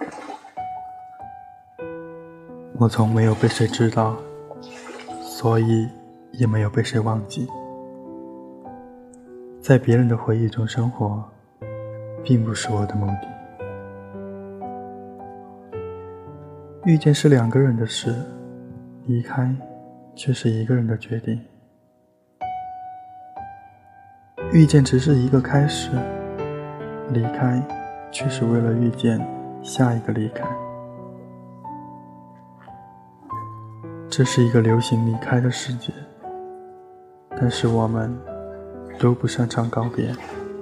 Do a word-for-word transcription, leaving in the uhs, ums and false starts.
我从没有被谁知道，所以也没有被谁忘记。在别人的回忆中生活，并不是我的目的。遇见是两个人的事，离开却是一个人的决定。遇见只是一个开始，离开却是为了遇见下一个离开。这是一个流行离开的世界，但是我们都不擅长告别。